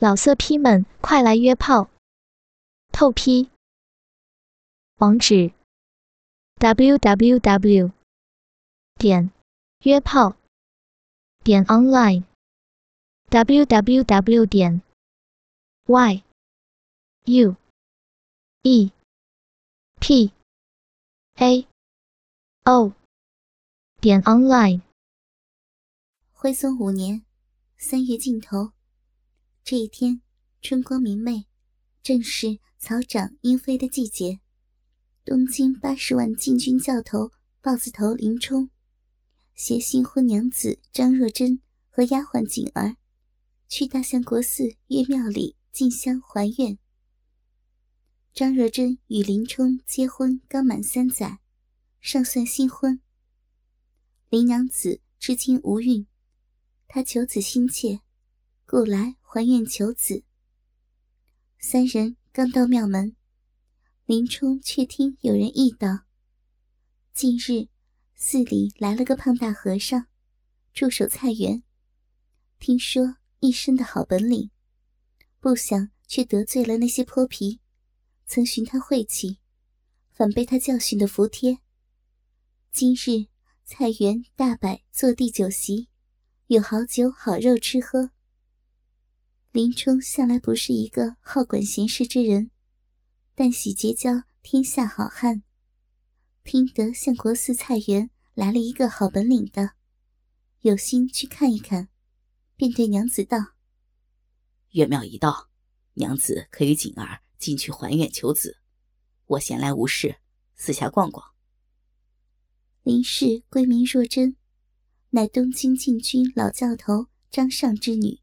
老色批们，快来约炮！透批。网址 www.约炮online www.yuepao.online。 徽宗5年3月尽头，这一天春光明媚，正是草长莺飞的季节。东京80万禁军教头豹子头林冲携新婚娘子张若珍和丫鬟锦儿去大相国寺岳庙里进香还愿。张若珍与林冲结婚刚满3载，尚算新婚。林娘子至今无孕，她求子心切，故来还愿求子。3人刚到庙门，林冲却听有人议道：近日寺里来了个胖大和尚，驻守菜园，听说一身的好本领，不想却得罪了那些泼皮，曾寻他晦气，反被他教训的服帖。今日菜园大摆坐地酒席，有好酒好肉吃喝。林冲向来不是一个好管闲事之人，但喜结交天下好汉，听得相国寺菜园来了一个好本领的，有心去看一看，便对娘子道： 岳庙一到，娘子可与锦儿进去还愿求子，我闲来无事，四下逛逛。 林氏闺名若珍，乃东京禁军老教头张尚之女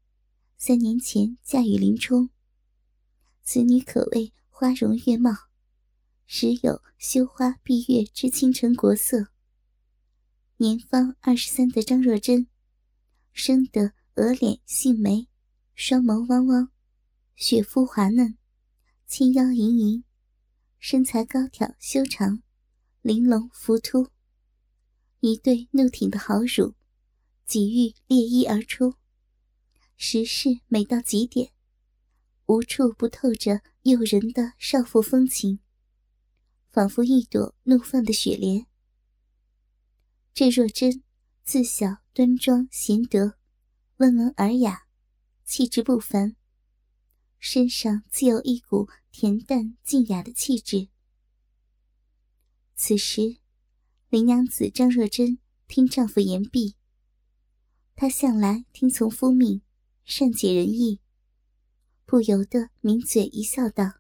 ，3年前嫁与林冲。此女可谓花容月貌，时有羞花闭月之倾城国色。年方23的张若珍，生得额脸杏眉，双眸汪汪，雪肤滑嫩，纤腰盈盈，身材高挑修长，玲珑浮凸，一对怒挺的好乳，几欲裂衣而出，实是美到极点，无处不透着诱人的少妇风情，仿佛一朵怒放的雪莲。这若珍自小端庄贤德，温文尔雅，气质不凡，身上自有一股恬淡静雅的气质。此时林娘子张若珍听丈夫言毕，她向来听从夫命，善解人意，不由得抿嘴一笑道：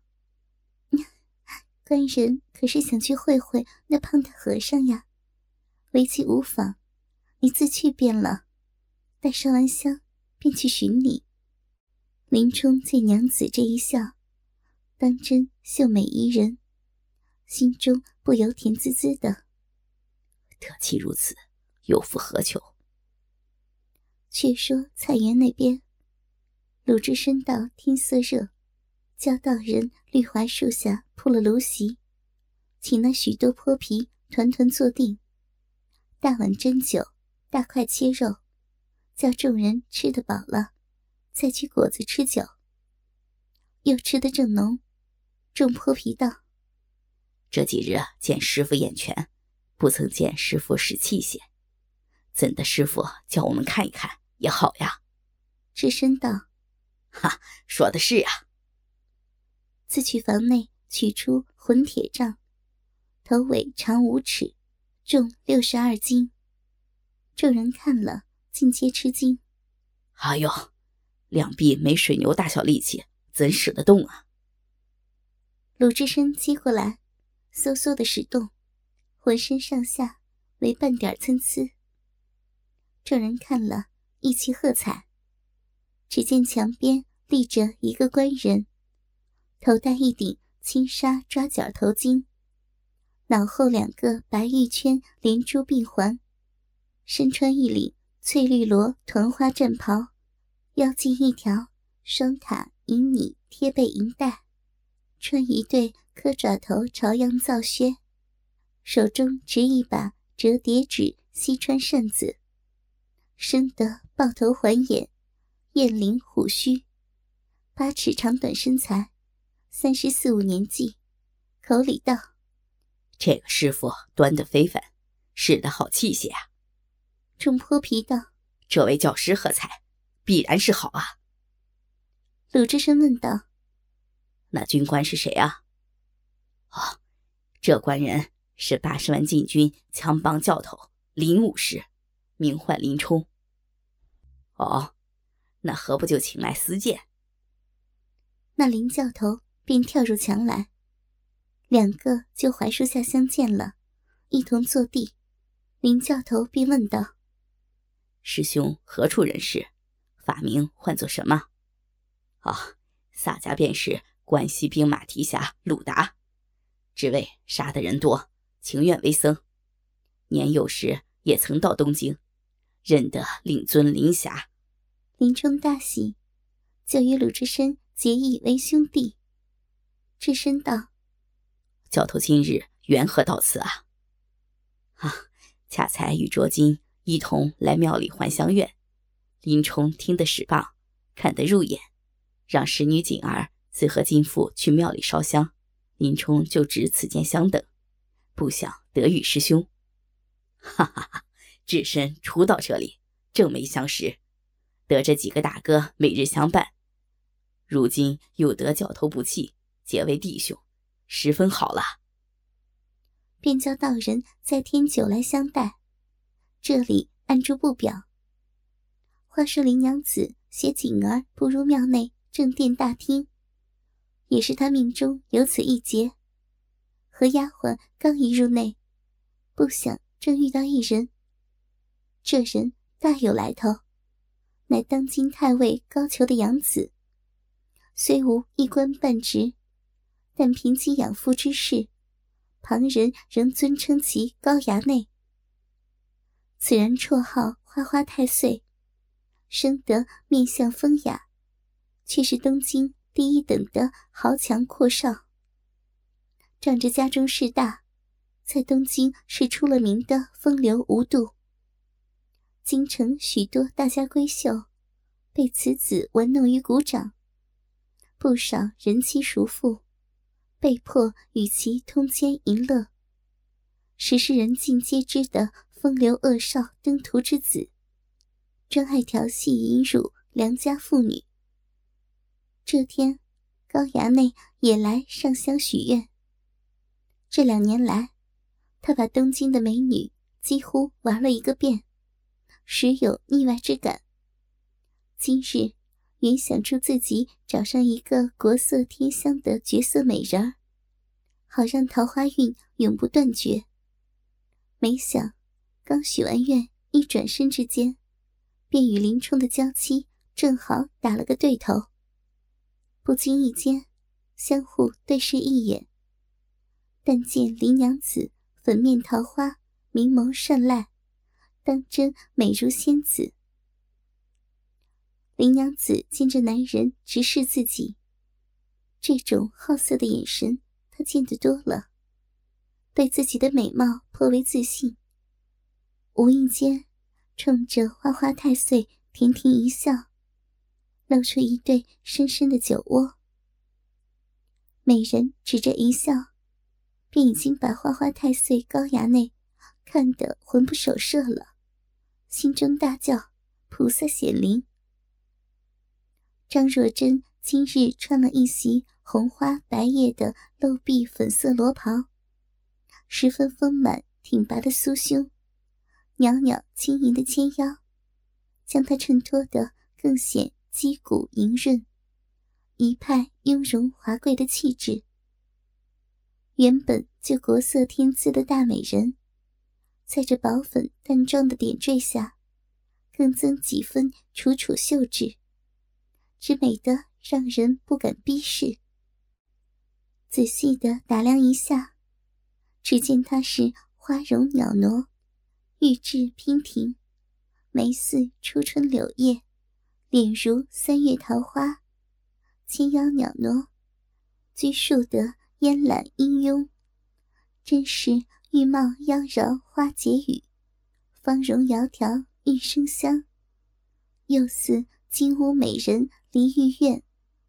官人可是想去会会那胖大和尚呀？为其无妨，你自去便了，待烧完香便去寻你。林冲见娘子这一笑，当真秀美宜人，心中不由甜滋滋的。 得其如此，有负何求？ 却说菜园那边，鲁智深道天色热，教道人绿槐树下铺了炉席，请那许多泼皮团团坐定，大碗斟酒，大块切肉，叫众人吃得饱了，再取果子吃酒。又吃得正浓，众泼皮道： 这几日见师傅眼全，不曾见师傅使器械，怎的师傅叫我们看一看也好呀？ 智深道： 哈，说的是呀。 自去房内取出混铁杖，头尾长5尺，重62斤。众人看了尽皆吃惊。 哎呦，两臂没水牛大小力气，怎使得动啊？ 鲁智深接过来，嗖嗖的使动，浑身上下为半点参差。众人看了一齐喝彩。只见墙边立着一个官人，头戴一顶轻纱抓角头巾，脑后2个白玉圈连珠鬓环，身穿一领翠绿罗团花战袍，腰系一条双塔银拟贴背银带，穿一对磕爪头朝阳皂靴，手中执一把折叠纸西川扇子，生得豹头环眼，燕翎虎须， 8尺长短身材，34、5年纪，口里道：“ 这个师傅端得非凡，使得好器械啊。” 众泼皮道：“ 这位教师喝彩，必然是好啊。” 鲁智深问道：“ 那军官是谁啊？”“哦，这官人是80万禁军枪帮教头林武士，名唤林冲。”“哦，那何不就请来私见？” 那林教头便跳入墙来，2个就槐树下相见了，一同坐地。林教头便问道：“ 师兄何处人士？法名唤作什么？”“哦，洒家便是关西兵马提辖鲁达，只为杀的人多，情愿为僧。年幼时也曾到东京，认得令尊林侠。” 林冲大喜，就与鲁智深结义为兄弟。智深道：“ 教头今日缘何到此啊？”“啊，恰才与卓金一同来庙里还香愿，林冲听得使棒，看得入眼，让使女锦儿自和金父去庙里烧香，林冲就值此间相等，不想得遇师兄。”“哈哈哈，智深初到这里，正没相识，得这几个大哥每日相伴，如今又得教头不弃，结为弟兄，十分好了。” 便叫道人再添酒来相待。这里按住不表。话说林娘子携锦儿步入庙内正殿大厅，也是她命中有此一劫。和丫鬟刚一入内，不想正遇到一人。这人大有来头，乃当今太尉高俅的养子，虽无一官半职，但凭其养父之事，旁人仍尊称其高衙内。此人绰号花花太岁，生得面相风雅，却是东京第一等的豪强阔少。仗着家中势大，在东京是出了名的风流无度。京城许多大家闺秀被此子玩弄于股掌，不少人妻熟妇被迫与其通奸淫乐，实是人尽皆知的风流恶少登徒之子，专爱调戏淫辱良家妇女。这天高衙内也来上香许愿。这2年来，他把东京的美女几乎玩了一个遍，时有腻歪之感。今日原想助自己找上一个国色天香的绝色美人儿，好让桃花运永不断绝。没想刚许完愿，一转身之间，便与林冲的娇妻正好打了个对头。不经意间，相互对视一眼，但见林娘子粉面桃花，明眸善睐，当真美如仙子。林娘子见这男人直视自己，这种好色的眼神她见得多了，对自己的美貌颇为自信，无意间冲着花花太岁甜甜一笑，露出一对深深的酒窝。美人只这一笑，便已经把花花太岁高衙内看得魂不守舍了，心中大叫：菩萨显灵！张若珍今日穿了一袭红花白叶的露臂粉色罗袍，十分丰满挺拔的酥胸，袅袅轻盈的纤腰，将她衬托得更显肌骨莹润，一派雍容华贵的气质。原本就国色天姿的大美人，在这薄粉淡妆的点缀下，更增几分楚楚秀致，只美得让人不敢逼视。仔细地打量一下，只见她是花容袅娜，玉质娉婷，眉似初春柳叶，脸如3月桃花，纤腰袅娜，拘束得烟懒慵慵，真是玉貌妖娆花解语，芳容窈窕玉生香，又似金屋美人梨玉苑，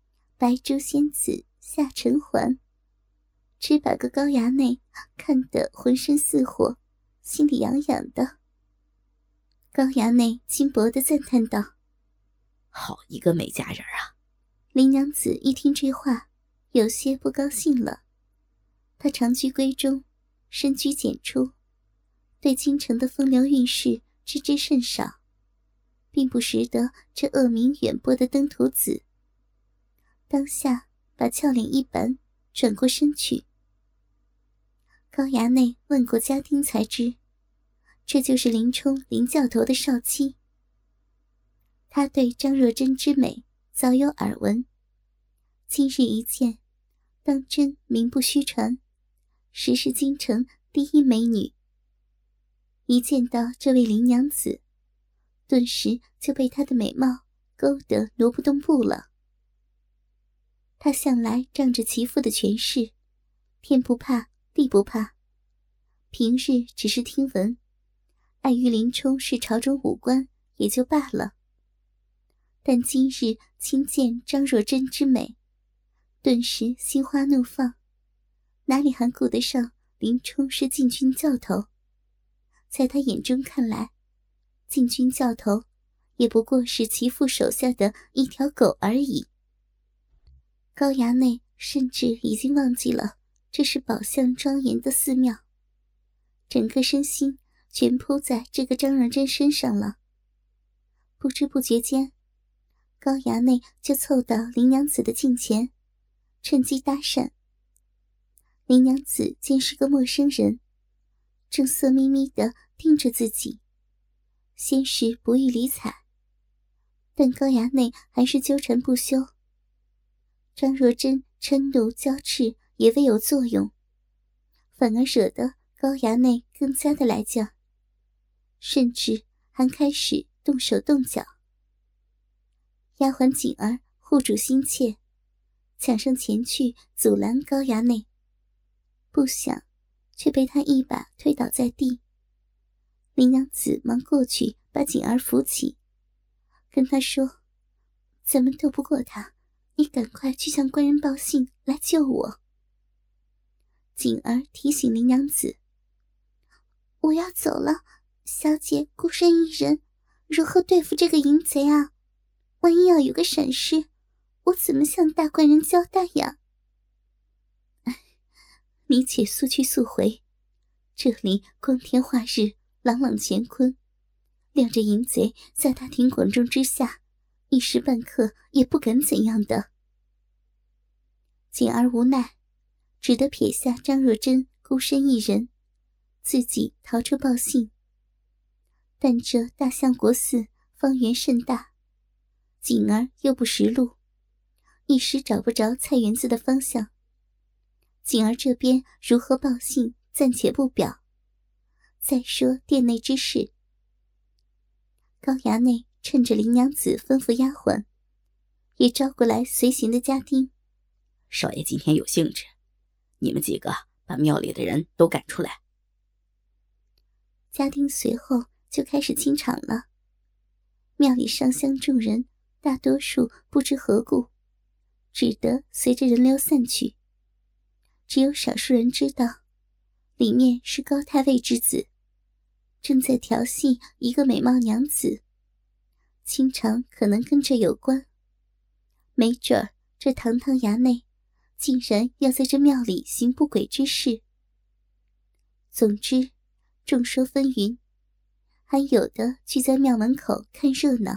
白珠仙子下沉环，只把个高衙内看得浑身似火，心里痒痒的。高衙内轻薄地赞叹道： 好一个美佳人啊！ 林娘子一听这话，有些不高兴了。她长居闺中，深居简出，对京城的风流韵事知之甚少，并不识得这恶名远播的登徒子。当下把俏脸一板，转过身去。高衙内问过家丁才知，这就是林冲林教头的少妻。他对张若珍之美早有耳闻，今日一见，当真名不虚传，实是京城第一美女。一见到这位林娘子，顿时就被她的美貌勾得挪不动步了。他向来仗着其父的权势，天不怕地不怕，平日只是听闻，碍于林冲是朝中武官也就罢了，但今日亲见张若珍之美，顿时心花怒放，哪里还顾得上林冲是禁军教头？在他眼中看来，禁军教头也不过是其父手下的一条狗而已。高衙内甚至已经忘记了这是宝相庄严的寺庙，整个身心全扑在这个张若珍身上了。不知不觉间，高衙内就凑到林娘子的近前，趁机搭讪。林娘子见是个陌生人，正色眯眯地盯着自己，先是不予理睬，但高衙内还是纠缠不休。张若珍嗔怒交斥也未有作用，反而惹得高衙内更加的来劲，甚至还开始动手动脚。丫鬟锦儿护主心切，抢上前去阻拦高衙内，不想却被他一把推倒在地。林娘子忙过去把锦儿扶起，跟他说：咱们斗不过他，你赶快去向官人报信来救我。锦儿提醒林娘子：我要走了，小姐孤身一人，如何对付这个淫贼啊？万一要有个闪失，我怎么向大官人交代呀？你且速去速回，这里光天化日，朗朗乾坤，料这淫贼在大庭广众之下，一时半刻也不敢怎样的。锦儿无奈，只得撇下张若珍孤身一人，自己逃出报信。但这大相国寺方圆甚大，锦儿又不识路，一时找不着菜园子的方向。锦儿这边如何报信暂且不表，再说殿内之事。高衙内趁着林娘子吩咐丫鬟，也招过来随行的家丁。 少爷今天有兴致，你们几个把庙里的人都赶出来。 家丁随后就开始清场了。庙里上香众人大多数不知何故，只得随着人流散去。只有少数人知道，里面是高太尉之子，正在调戏一个美貌娘子，经常可能跟这有关。没准儿这堂堂衙内竟然要在这庙里行不轨之事。总之，众说纷纭，还有的聚在庙门口看热闹。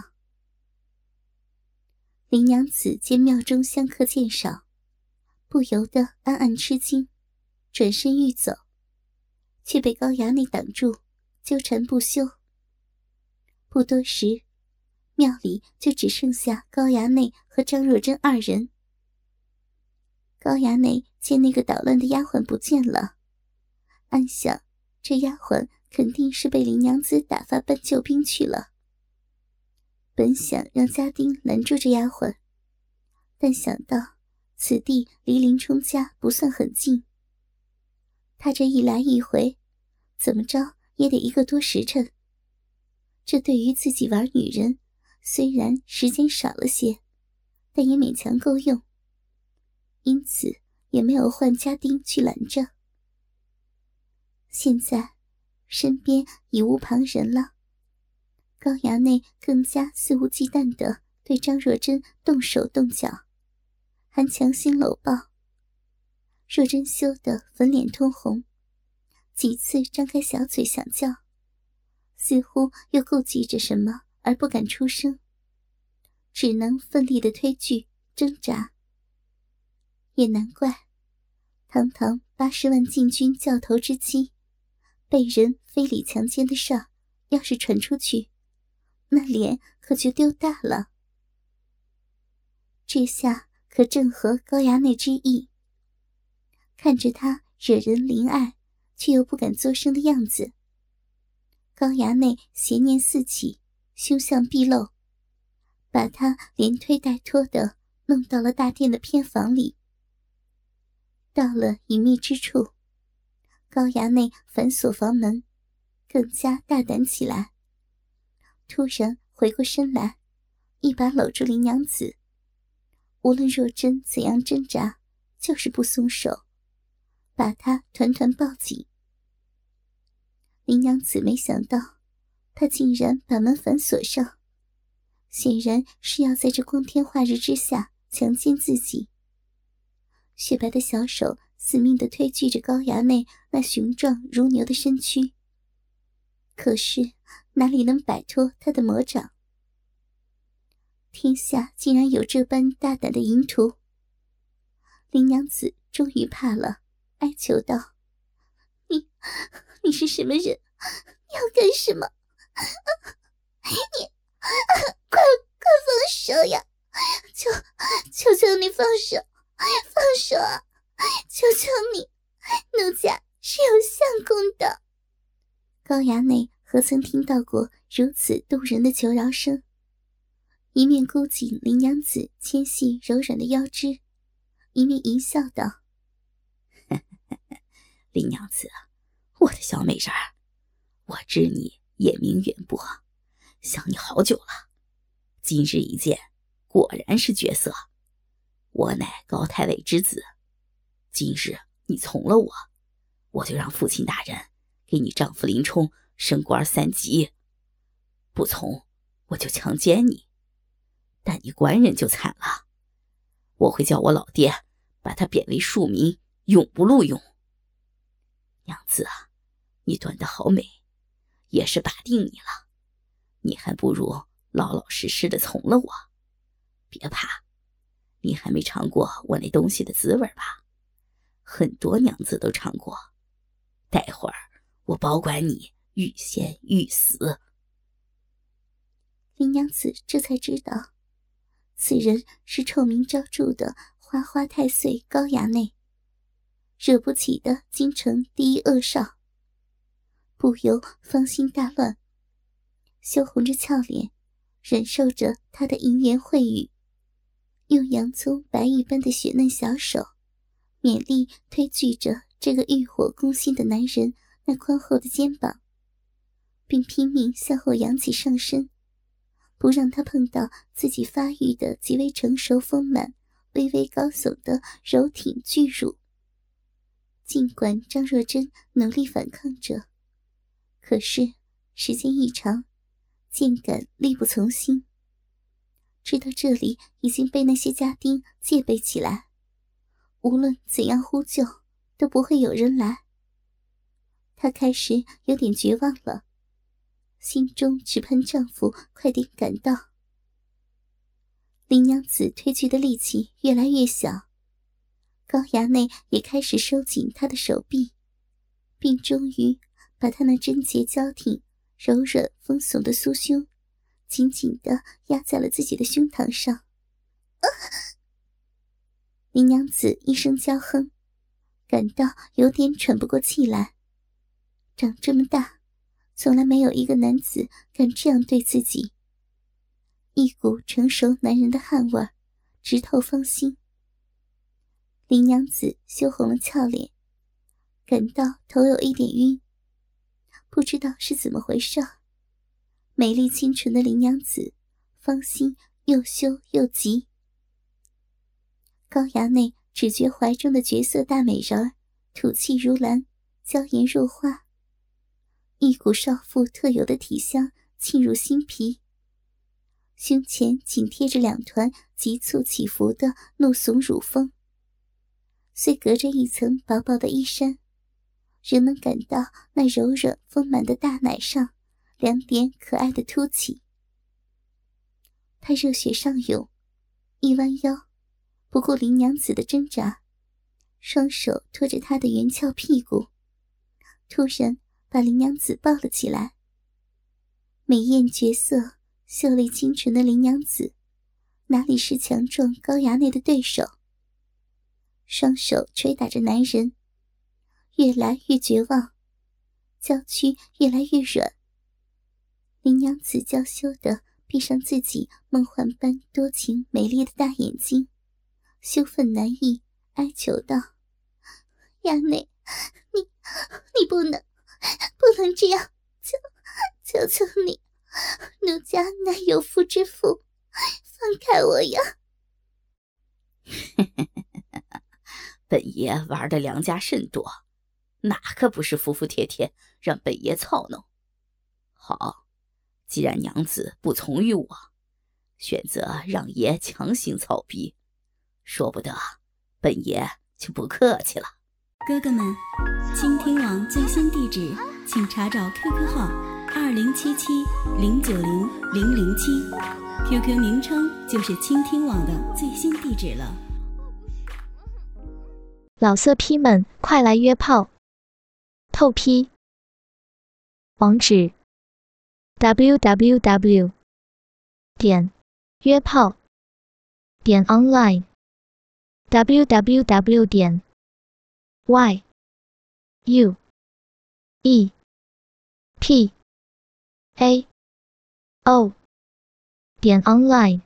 林娘子见庙中香客渐少，不由得暗暗吃惊，转身欲走，却被高衙内挡住，纠缠不休。不多时，庙里就只剩下高衙内和张若珍二人。高衙内见那个捣乱的丫鬟不见了，暗想这丫鬟肯定是被林娘子打发搬救兵去了。本想让家丁拦住这丫鬟，但想到此地离林冲家不算很近，他这一来一回，怎么着也得1个多时辰。这对于自己玩女人，虽然时间少了些，但也勉强够用。 因此也没有换家丁去拦着。现在身边已无旁人了，高衙内更加肆无忌惮地对张若珍动手动脚，还强行搂抱。若珍羞得粉脸通红，几次张开小嘴想叫，似乎又顾忌着什么而不敢出声，只能奋力地推拒挣扎。也难怪，堂堂80万禁军教头之妻，被人非礼强奸的事儿，要是传出去，那脸可就丢大了。这下可正合高衙内之意。看着他惹人怜爱却又不敢作声的样子，高衙内邪念四起，凶相毕露，把他连推带拖地弄到了大殿的偏房里。到了隐秘之处，高衙内反锁房门，更加大胆起来，突然回过身来，一把搂住林娘子，无论若真怎样挣扎，就是不松手，把她团团抱紧。林娘子没想到他竟然把门反锁上，显然是要在这光天化日之下强奸自己。雪白的小手死命地推拒着高衙内那雄壮如牛的身躯，可是哪里能摆脱他的魔掌？天下竟然有这般大胆的淫徒！林娘子终于怕了，哀求道：“你是什么人？要干什么？你快放手呀！求求你放手！放手啊！求求你，奴家是有相公的。”高衙内何曾听到过如此动人的求饶声，一面箍紧林娘子纤细柔软的腰肢，一面淫笑道：“ 林娘子，我的小美人儿，我知你眼明远播，想你好久了。今日一见，果然是绝色。我乃高太尉之子，今日你从了我，我就让父亲大人给你丈夫林冲升官3级；不从，我就强奸你。但你官人就惨了，我会叫我老爹把他贬为庶民，永不录用。娘子啊，你端得好美，也是把定你了，你还不如老老实实的从了我。别怕，你还没尝过我那东西的滋味吧？很多娘子都尝过，待会儿我保管你欲仙欲死。 林娘子这才知道，此人是臭名昭著的花花太岁高衙内，惹不起的京城第一恶少，不由芳心大乱，羞红着俏脸，忍受着他的淫言秽语，用洋葱白玉般的雪嫩小手勉力推拒着这个欲火攻心的男人那宽厚的肩膀，并拼命向后扬起上身，不让他碰到自己发育的极为成熟丰满、微微高耸的柔挺巨乳。尽管张若珍努力反抗着，可是时间一长，渐感力不从心。知道这里已经被那些家丁戒备起来，无论怎样呼救都不会有人来。她开始有点绝望了，心中只盼丈夫快点赶到。林娘子推拒的力气越来越小，高衙内也开始收紧她的手臂，并终于把她那贞洁娇挺、柔软丰耸的酥胸紧紧地压在了自己的胸膛上。林娘子一声娇哼，感到有点喘不过气来。长这么大，从来没有一个男子敢这样对自己。一股成熟男人的汗味直透芳心。林娘子羞红了俏脸，感到头有一点晕，不知道是怎么回事。美丽清纯的林娘子芳心又羞又急。高衙内只觉怀中的绝色大美人儿吐气如兰，娇颜若花，一股少妇特有的体香沁入心脾，胸前紧贴着2团急促起伏的怒耸乳峰，虽隔着一层薄薄的衣衫，仍能感到那柔软丰满的大奶上2点可爱的凸起。他热血上涌，一弯腰，不顾林娘子的挣扎，双手托着她的圆翘屁股，突然把林娘子抱了起来。美艳绝色、秀丽清纯的林娘子哪里是强壮高衙内的对手，双手捶打着男人，越来越绝望，娇躯越来越软。林娘子娇羞地闭上自己梦幻般多情美丽的大眼睛，羞愤难抑，哀求道：衙内，你不能这样，求求你，奴家乃有妇之夫，放开我呀！ 本爷玩的良家甚多，哪个不是服服帖帖让本爷操弄？好，既然娘子不从于我，选择让爷强行操逼，说不得本爷就不客气了。 哥哥们，倾听网最新地址请查找 QQ 号2077090007 ，QQ 名称就是倾听网的最新地址了。 老色批们，快来约炮！透批。网址 www.约炮.online www.yuepao.online